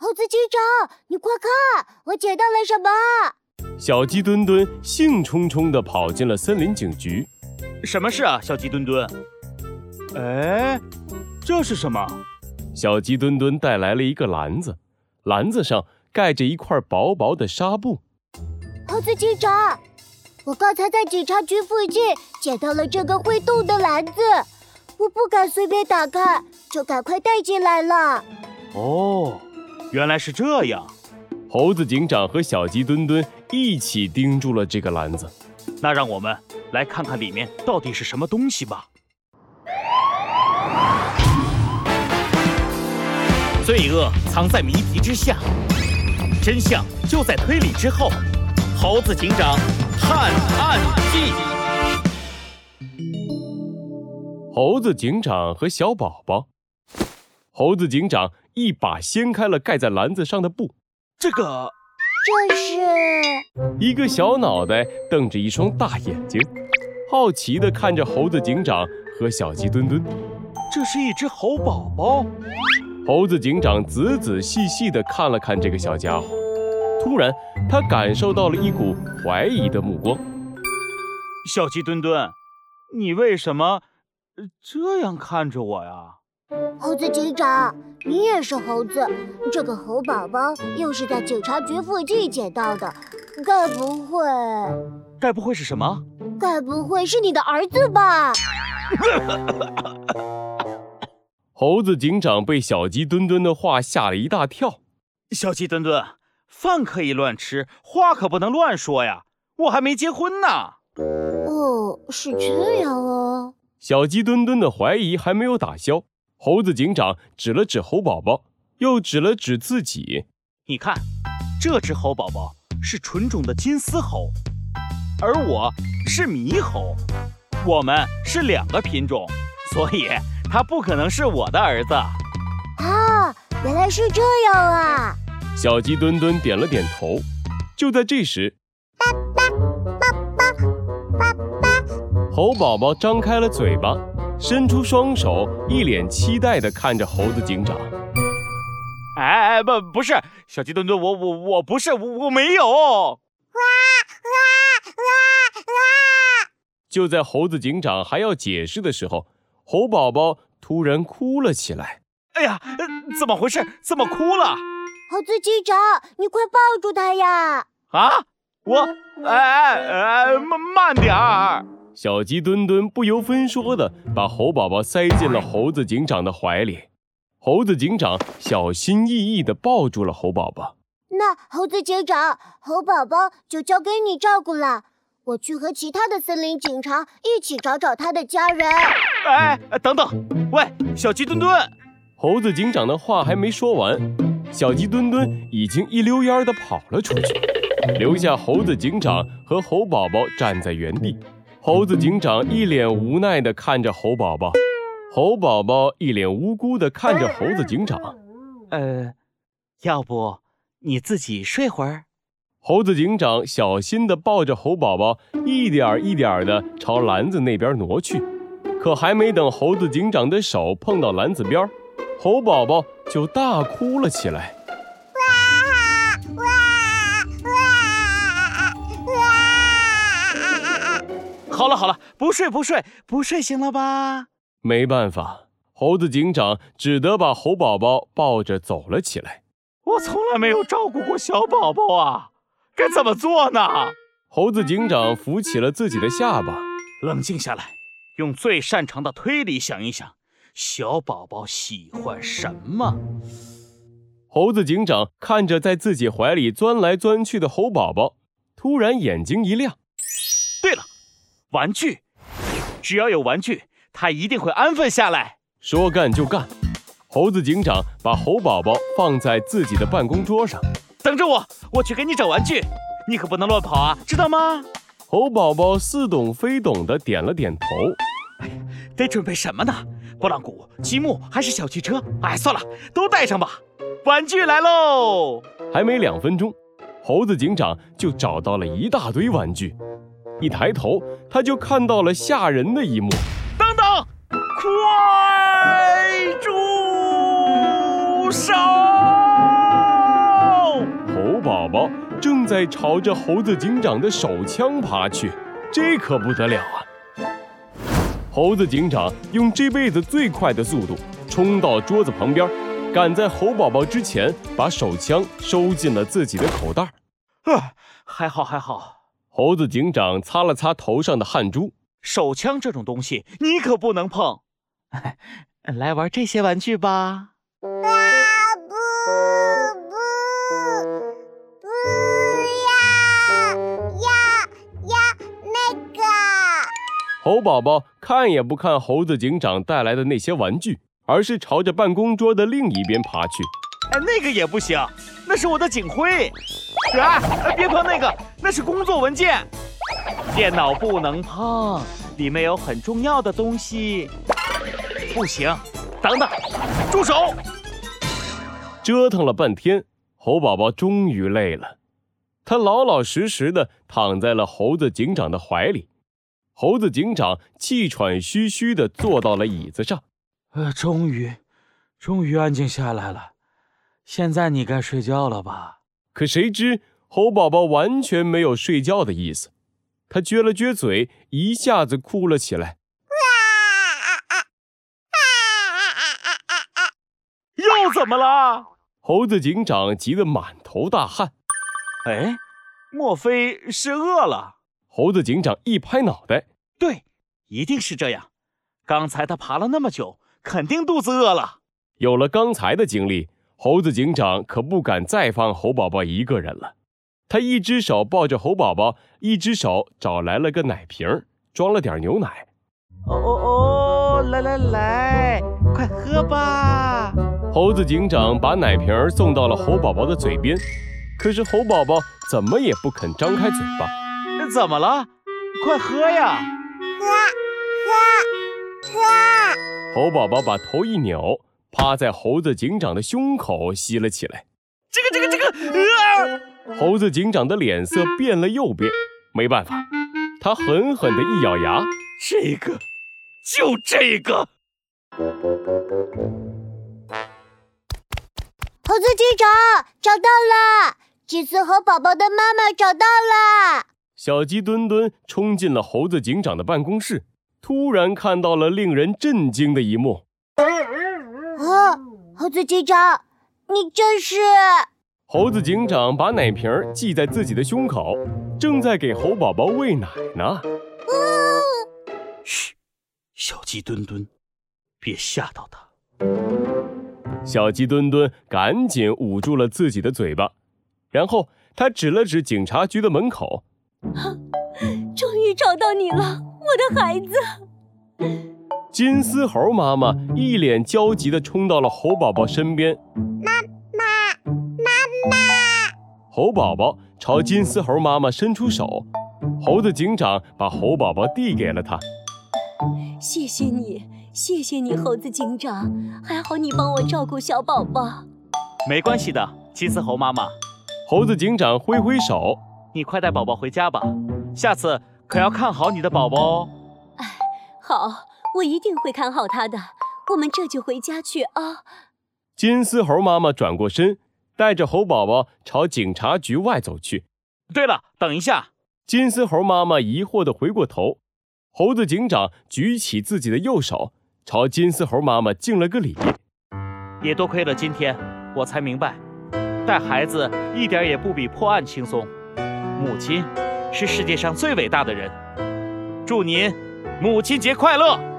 猴子警长，你快看，我捡到了什么？ 小鸡墩墩兴冲冲地跑进了森林警局。 什么事啊，小鸡墩墩？哎，这是什么？ 小鸡墩墩带来了一个篮子，篮子上盖着一块薄薄的纱布。 猴子警长，我刚才在警察局附近捡到了这个会动的篮子，我不敢随便打开，就赶快带进来了。 哦，原来是这样。 猴子警长和小鸡墩墩一起盯住了这个篮子。 那让我们来看看里面到底是什么东西吧。罪恶藏在谜题之下，真相就在推理之后。猴子警长探案记。 猴子警长和小宝宝。猴子警长一把掀开了盖在篮子上的布。 这是一个小脑袋瞪着一双大眼睛，好奇地看着猴子警长和小鸡墩墩。 这是一只猴宝宝。 猴子警长仔仔细细地看了看这个小家伙，突然他感受到了一股怀疑的目光。 小鸡墩墩，你为什么这样看着我呀？ 猴子警长，你也是猴子，这个猴宝宝又是在警察局附近捡到的，该不会是什么？该不会是你的儿子吧？ 猴子警长被小鸡墩墩的话吓了一大跳。 小鸡墩墩，饭可以乱吃，话可不能乱说呀，我还没结婚呢。 哦，是这样啊。 小鸡墩墩的怀疑还没有打消，猴子警长指了指猴宝宝，又指了指自己。 你看，这只猴宝宝是纯种的金丝猴，而我是猕猴，我们是两个品种，所以他不可能是我的儿子。 啊，原来是这样啊！ 小鸡墩墩点了点头。就在这时，猴宝宝张开了嘴巴，伸出双手，一脸期待地看着猴子警长。 哎，不是，小鸡墩墩，我不是，我没有。 就在猴子警长还要解释的时候，猴宝宝突然哭了起来。 哎呀，怎么回事？怎么哭了？ 猴子警长，你快抱住他呀！ 啊，慢点儿。 小鸡墩墩不由分说地把猴宝宝塞进了猴子警长的怀里。猴子警长小心翼翼地抱住了猴宝宝。 那猴子警长，猴宝宝就交给你照顾了，我去和其他的森林警察一起找找他的家人。 哎，等等，喂，小鸡墩墩！ 猴子警长的话还没说完，小鸡墩墩已经一溜烟地跑了出去，留下猴子警长和猴宝宝站在原地。猴子警长一脸无奈地看着猴宝宝，猴宝宝一脸无辜地看着猴子警长。 要不你自己睡会儿？ 猴子警长小心地抱着猴宝宝，一点一点地朝篮子那边挪去。可还没等猴子警长的手碰到篮子边，猴宝宝就大哭了起来。 好了，不睡行了吧？ 没办法，猴子警长只得把猴宝宝抱着走了起来。 我从来没有照顾过小宝宝啊，该怎么做呢？ 猴子警长扶起了自己的下巴， 冷静下来，用最擅长的推理想一想，小宝宝喜欢什么？ 猴子警长看着在自己怀里钻来钻去的猴宝宝，突然眼睛一亮。 对了，玩具，只要有玩具，他一定会安分下来。 说干就干，猴子警长把猴宝宝放在自己的办公桌上。 等着我去给你找玩具，你可不能乱跑啊，知道吗？ 猴宝宝似懂非懂地点了点头。 得准备什么呢？拨浪鼓、积木还是小汽车？算了，都带上吧。玩具来喽！ 还没2分钟，猴子警长就找到了一大堆玩具。一抬头，他就看到了吓人的一幕。 等等，快住手！ 宝宝正在朝着猴子警长的手枪爬去，这可不得了啊！猴子警长用这辈子最快的速度冲到桌子旁边，赶在猴宝宝之前把手枪收进了自己的口袋。 还好还好。 猴子警长擦了擦头上的汗珠， 手枪这种东西你可不能碰。来玩这些玩具吧。 不要那个。 猴宝宝看也不看猴子警长带来的那些玩具，而是朝着办公桌的另一边爬去。 那个也不行，那是我的警徽。别碰那个，那是工作文件。电脑不能碰，里面有很重要的东西。不行，等等，住手！ 折腾了半天，猴宝宝终于累了，他老老实实地躺在了猴子警长的怀里。猴子警长气喘吁吁地坐到了椅子上。 终于安静下来了。现在你该睡觉了吧？ 可谁知猴宝宝完全没有睡觉的意思，他撅了撅嘴，一下子哭了起来。 又怎么了？ 猴子警长急得满头大汗。 莫非是饿了？ 猴子警长一拍脑袋， 对，一定是这样。刚才他爬了那么久，肯定肚子饿了。 有了刚才的经历，猴子警长可不敢再放猴宝宝一个人了。他一只手抱着猴宝宝，一只手找来了个奶瓶，装了点牛奶。 来，快喝吧。 猴子警长把奶瓶送到了猴宝宝的嘴边，可是猴宝宝怎么也不肯张开嘴巴。 怎么了？快喝呀！ 喝。 猴宝宝把头一扭，趴在猴子警长的胸口吸了起来。 这个！ 猴子警长的脸色变了又变，没办法，他狠狠地一咬牙， 就这个！ 猴子警长找到了，金丝猴宝宝的妈妈找到了。 小鸡墩墩冲进了猴子警长的办公室，突然看到了令人震惊的一幕。 猴子警长，你这是…… 猴子警长把奶瓶系在自己的胸口，正在给猴宝宝喂奶呢。 嘘，小鸡墩墩，别吓到他。 小鸡墩墩赶紧捂住了自己的嘴巴，然后他指了指警察局的门口。 终于找到你了，我的孩子。 金丝猴妈妈一脸焦急地冲到了猴宝宝身边。 妈妈。 猴宝宝朝金丝猴妈妈伸出手，猴子警长把猴宝宝递给了他。 谢谢你，猴子警长，还好你帮我照顾小宝宝。 没关系的，金丝猴妈妈。 猴子警长挥挥手， 你快带宝宝回家吧，下次可要看好你的宝宝哦。 好，我一定会看好他的。我们这就回家去啊。 金丝猴妈妈转过身，带着猴宝宝朝警察局外走去。 对了，等一下！ 金丝猴妈妈疑惑地回过头，猴子警长举起自己的右手，朝金丝猴妈妈敬了个礼。 也多亏了今天，我才明白，带孩子一点也不比破案轻松。母亲是世界上最伟大的人。祝您母亲节快乐！